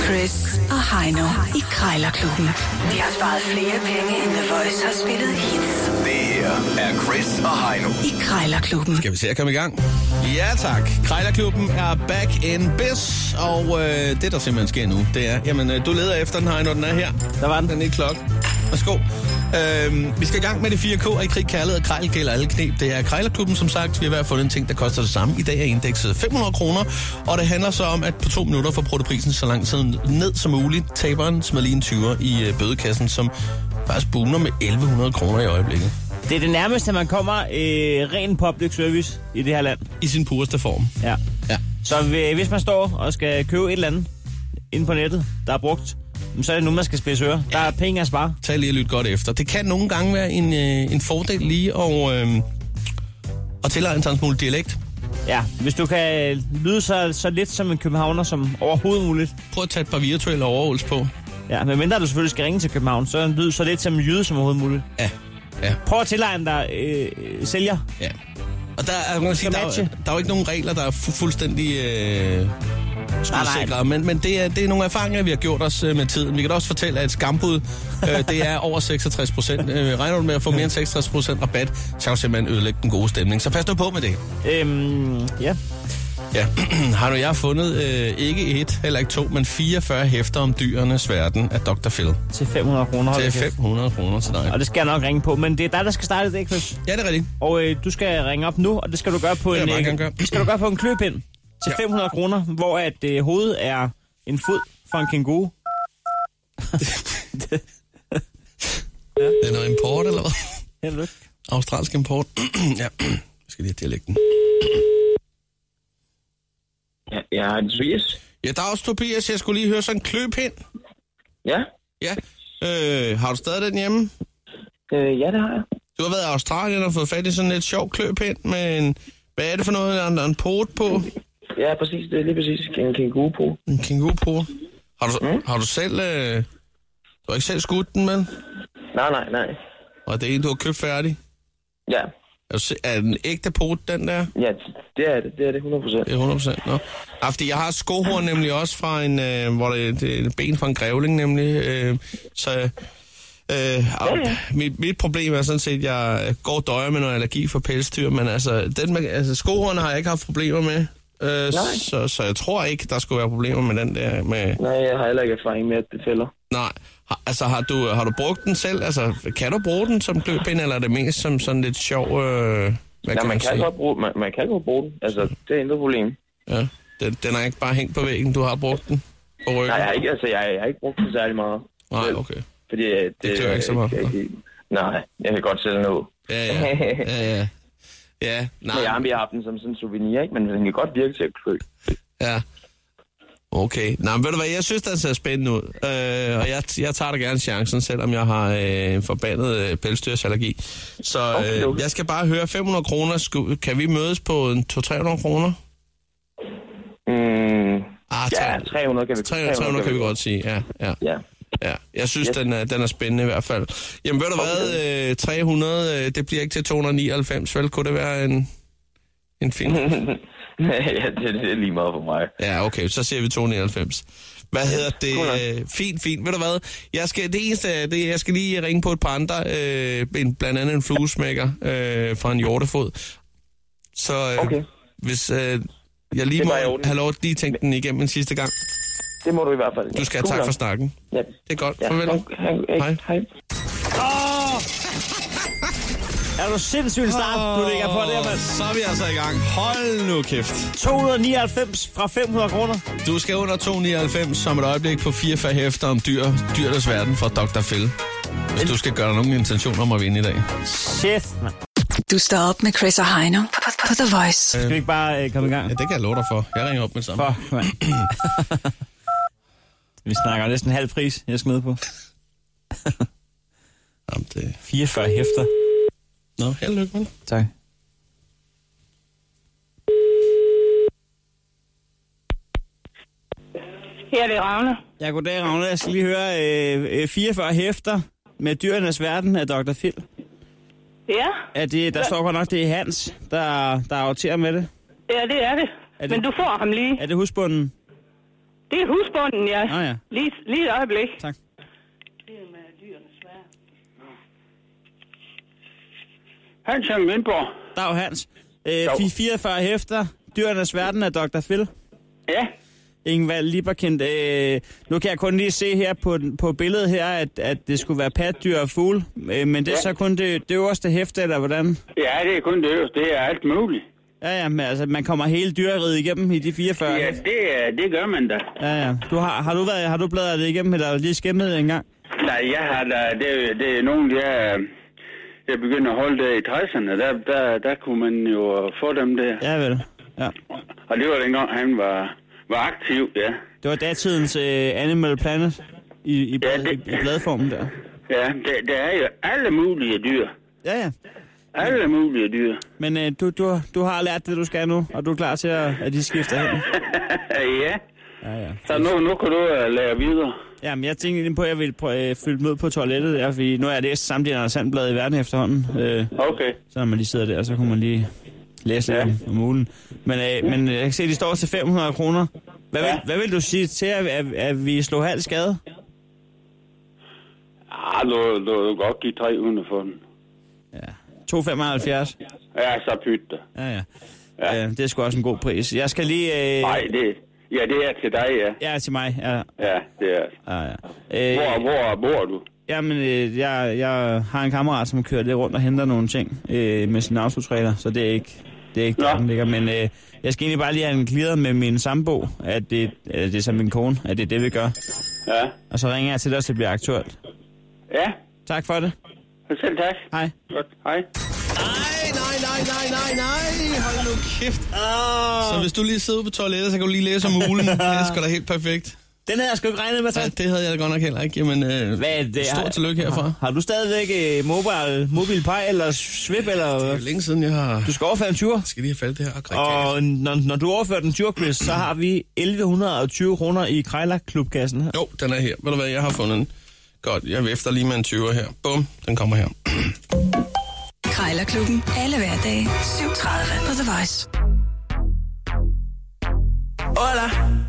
Chris og Heino i Krejlerklubben. De har sparet flere penge, end The Voice har spillet hits. Det her er Chris og Heino I Krejlerklubben. Skal vi se at komme i gang? Ja tak. Krejlerklubben er back in biz, og det der simpelthen sker nu, det er, jamen du leder efter den, Heino, den er her. Der var den, den er klok. Værsgo. Vi skal i gang med de 4 K'er i krig, kærlighed og krejl gælder alle knep. Det er Krejlerklubben, som sagt. Vi har i hvert fald fundet en ting, der koster det samme. I dag er indekset 500 kroner, og det handler så om, at på 2 minutter får prisen så lang tid ned som muligt. Taberen smider lige en 20'er i bødekassen, som faktisk buner med 1100 kroner i øjeblikket. Det er det nærmeste, man kommer ren public service i det her land. I sin pureste form. Ja. Så hvis man står og skal købe et eller andet inde på nettet, der er brugt, så er det nu, man skal spidse ører. Der er penge at spare. Tag lige og lyt godt efter. Det kan nogle gange være en fordel lige at tilegne sig en smule dialekt. Ja, hvis du kan lyde så lidt som en københavner som overhovedet muligt. Prøv at tage et par virtuelle overholds på. Ja, men mindre du selvfølgelig skal ringe til København, så lyd så lidt som en jyde som overhovedet muligt. Ja. Prøv at tilegne dig sælger. Ja. Og der er jo ikke nogen regler, der er fuldstændig skudsikre, men det er nogle erfaringer, vi har gjort os med tiden. Vi kan da også fortælle, at et skambud, det er over 66%. Regner du med at få mere end 66% rabat, så kan du simpelthen ødelægge den gode stemning. Så pas nu på med det. Ja. Ja, har jeg fundet ikke 1, heller ikke 2, men 44 hæfter om dyrenes verden af Dr. Phil. Til 500 kroner. Til 500 kroner til dig. Og det skal jeg nok ringe på, men det er dig, der skal starte det, Chris. Ja, det er rigtigt. Og du skal ringe op nu, og det skal du gøre på en kløpind til 500 kroner, hvor at hovedet er en fod fra en kænguru. Det er noget import, eller hvad? Held lykke. Australsk import. Ja, jeg skal lige have dialekten. Ja, det er Tobias. Ja, der er også Tobias. Jeg skulle lige høre sådan en kløpind. Ja? Ja. Har du stadig den hjemme? Ja, det har jeg. Du har været i Australien og fået fat i sådan et sjov kløpind med en... Hvad er det for noget? Der er en pot på? Ja, præcis. Det er lige præcis en kænguru på. En kænguru på. Har du selv... Du har ikke selv skudt den, men? Nej. Og det er en, du har købt færdig? Ja. Er den ægte pot, den der? Ja, det er det. Det er det 100%. Det er 100%, nå. Ja, fordi jeg har et skohorn nemlig også fra en... hvor det er et ben fra en grævling nemlig. Mit problem er sådan set, at jeg går og døjer med noget allergi for pelsdyr, men altså skohorn har jeg ikke haft problemer med. Så jeg tror ikke, der skulle være problemer med den der. Nej, jeg har heller ikke erfaring med, at det fælder. Nej. Har du brugt den selv? Altså, kan du bruge den som kløpind, eller er det mest som sådan lidt sjov... man kan godt bruge den. Altså, det er intet problem. Ja, den er ikke bare hængt på væggen, du har brugt den på ryggen? Nej, jeg har ikke brugt den særlig meget. Nej, okay. Fordi det gør ikke så meget. Nej, jeg kan godt sælge noget. Ja, nej. Men jeg har haft den som sådan en souvenir, ikke? Men den kan godt virke til at klø. Ja. Okay. Nå, men ved du hvad, jeg synes, den ser spændende ud. Og jeg tager da gerne chancen, selvom jeg har en forbandet pelsdyrsallergi. Så jeg skal bare høre, 500 kroner, kan vi mødes på 200-300 kroner? Ja, 300 kan vi 300 kan vi godt sige, ja. Ja, jeg synes, den er spændende i hvert fald. Jamen ved du hvad, 300, det bliver ikke til 299, vel? Kunne det være en film? Ja, det er lige meget for mig. Ja, okay, så ser vi 299. Hvad hedder det? Fint. Ved du hvad? Jeg skal lige ringe på et par andre, blandt andet en fluesmækker fra en hjortefod. Så hvis jeg lige må have lov at lige tænke den igennem en sidste gang. Det må du i hvert fald. Du skal have tak for snakken. Ja. Det er godt. Farvel. Hej. Er du sindssygt start, du ligger på der, mand? Så er vi altså i gang. Hold nu kæft. 299 fra 500 kroner. Du skal under 299 som et øjeblik på 44 hæfter om dyrenes verden fra Dr. Phil. Hvis du skal gøre nogen intention om at vinde i dag. Shit, man. Du står op med Chris og Heino på The Voice. Skal vi ikke bare komme i gang? Ja, det kan jeg love dig for. Jeg ringer op med sammen. Vi snakker næsten halv pris, jeg skal med på. Jamen, det... 44 hæfter. Nå, held lykke, mand. Tak. Her er det Ravne. Ja, goddag, Ravne. Jeg skal lige høre 44 hæfter med dyrenes verden af Dr. Phil. Ja. Der står godt nok, det er Hans, der afterer med det. Ja, det er det. Men du får ham lige. Er det husbunden? Det er husbunden, ja. Ah, ja. Lige et øjeblik. Tak. Hans Jørgen Vindborg. Dag Hans. 44 hæfter. Dyrenes verden af Dr. Phil. Ja. Ingvald Lieberkind. Nu kan jeg kun lige se her på billedet her, at det skulle være patdyr og fugle. Men det er så kun det øverste hæfte, eller hvordan? Ja, det er kun det øverste. Det er alt muligt. Ja, men altså, man kommer hele dyreriget igennem i de 44. Ja, det gør man da. Ja. Har du bladret det igennem, eller lige skimmet en gang? Nej, jeg har da... Det er nogen, jeg begynder at holde der i 60'erne. Der kunne man jo få dem der. Ja, vel. Ja. Og det var dengang, han var aktiv, ja. Det var datidens Animal Planet i bladformen der. Ja, der er jo alle mulige dyr. Ja. Alle mulige dyr. Men du har lært det, du skal nu, og du er klar til, at de skifter hen? Ja. Ja. Så nu kan du lære videre. Jamen, jeg tænkte lige på, at jeg ville fylde med på toilettet der, fordi nu er det samtlige Anders Sandblad i verden efterhånden. Okay. Så når man lige sidder der, så kunne man lige læse lidt om ugen. Men jeg kan se, at de står til 500 kroner. Hvad vil du sige til, at vi slår halv skade? Du kan godt give 300 for den. Ja. 2,75. Ja, så pyt det. Ja. Det er sgu også en god pris. Jeg skal lige... Nej, det er til dig, ja. Ja, til mig, ja. Ja, det er. Ja. Hvor bor du? Jamen, jeg har en kammerat, som kører lidt rundt og henter nogle ting med sin autotrailer, så det er ikke der, den ligger. Men jeg skal egentlig bare lige have en clearet med min sambo, at det er som min kone, at det er det, vi gør. Ja. Og så ringer jeg til dig, så det bliver aktuelt. Ja. Tak for det. Selv tak. Hej. Godt, hej. Nej. Hold nu kæft. Så hvis du lige sidder ude på toilettet, så kan du lige læse om ulen. Det er sgu da helt perfekt. Den havde jeg sgu ikke regnet med, så. Ja, det havde jeg da godt nok heller ikke. Jamen, stort tillykke herfra. Har du stadigvæk mobil pej eller svip, eller? Det er længe siden, jeg har... Du skal overføre en tur. Skal lige have faldet det her. Og når du overfører den turquiz, så har vi 1120 kroner i Krejlerklubkassen her. Jo, den er her. Ved du hvad, jeg har fundet den. Godt, jeg vifter lige med en 20'er her. Bum, den kommer her. Krejlerklubben. Alle hverdage. 7:30 på The Voice. Hola.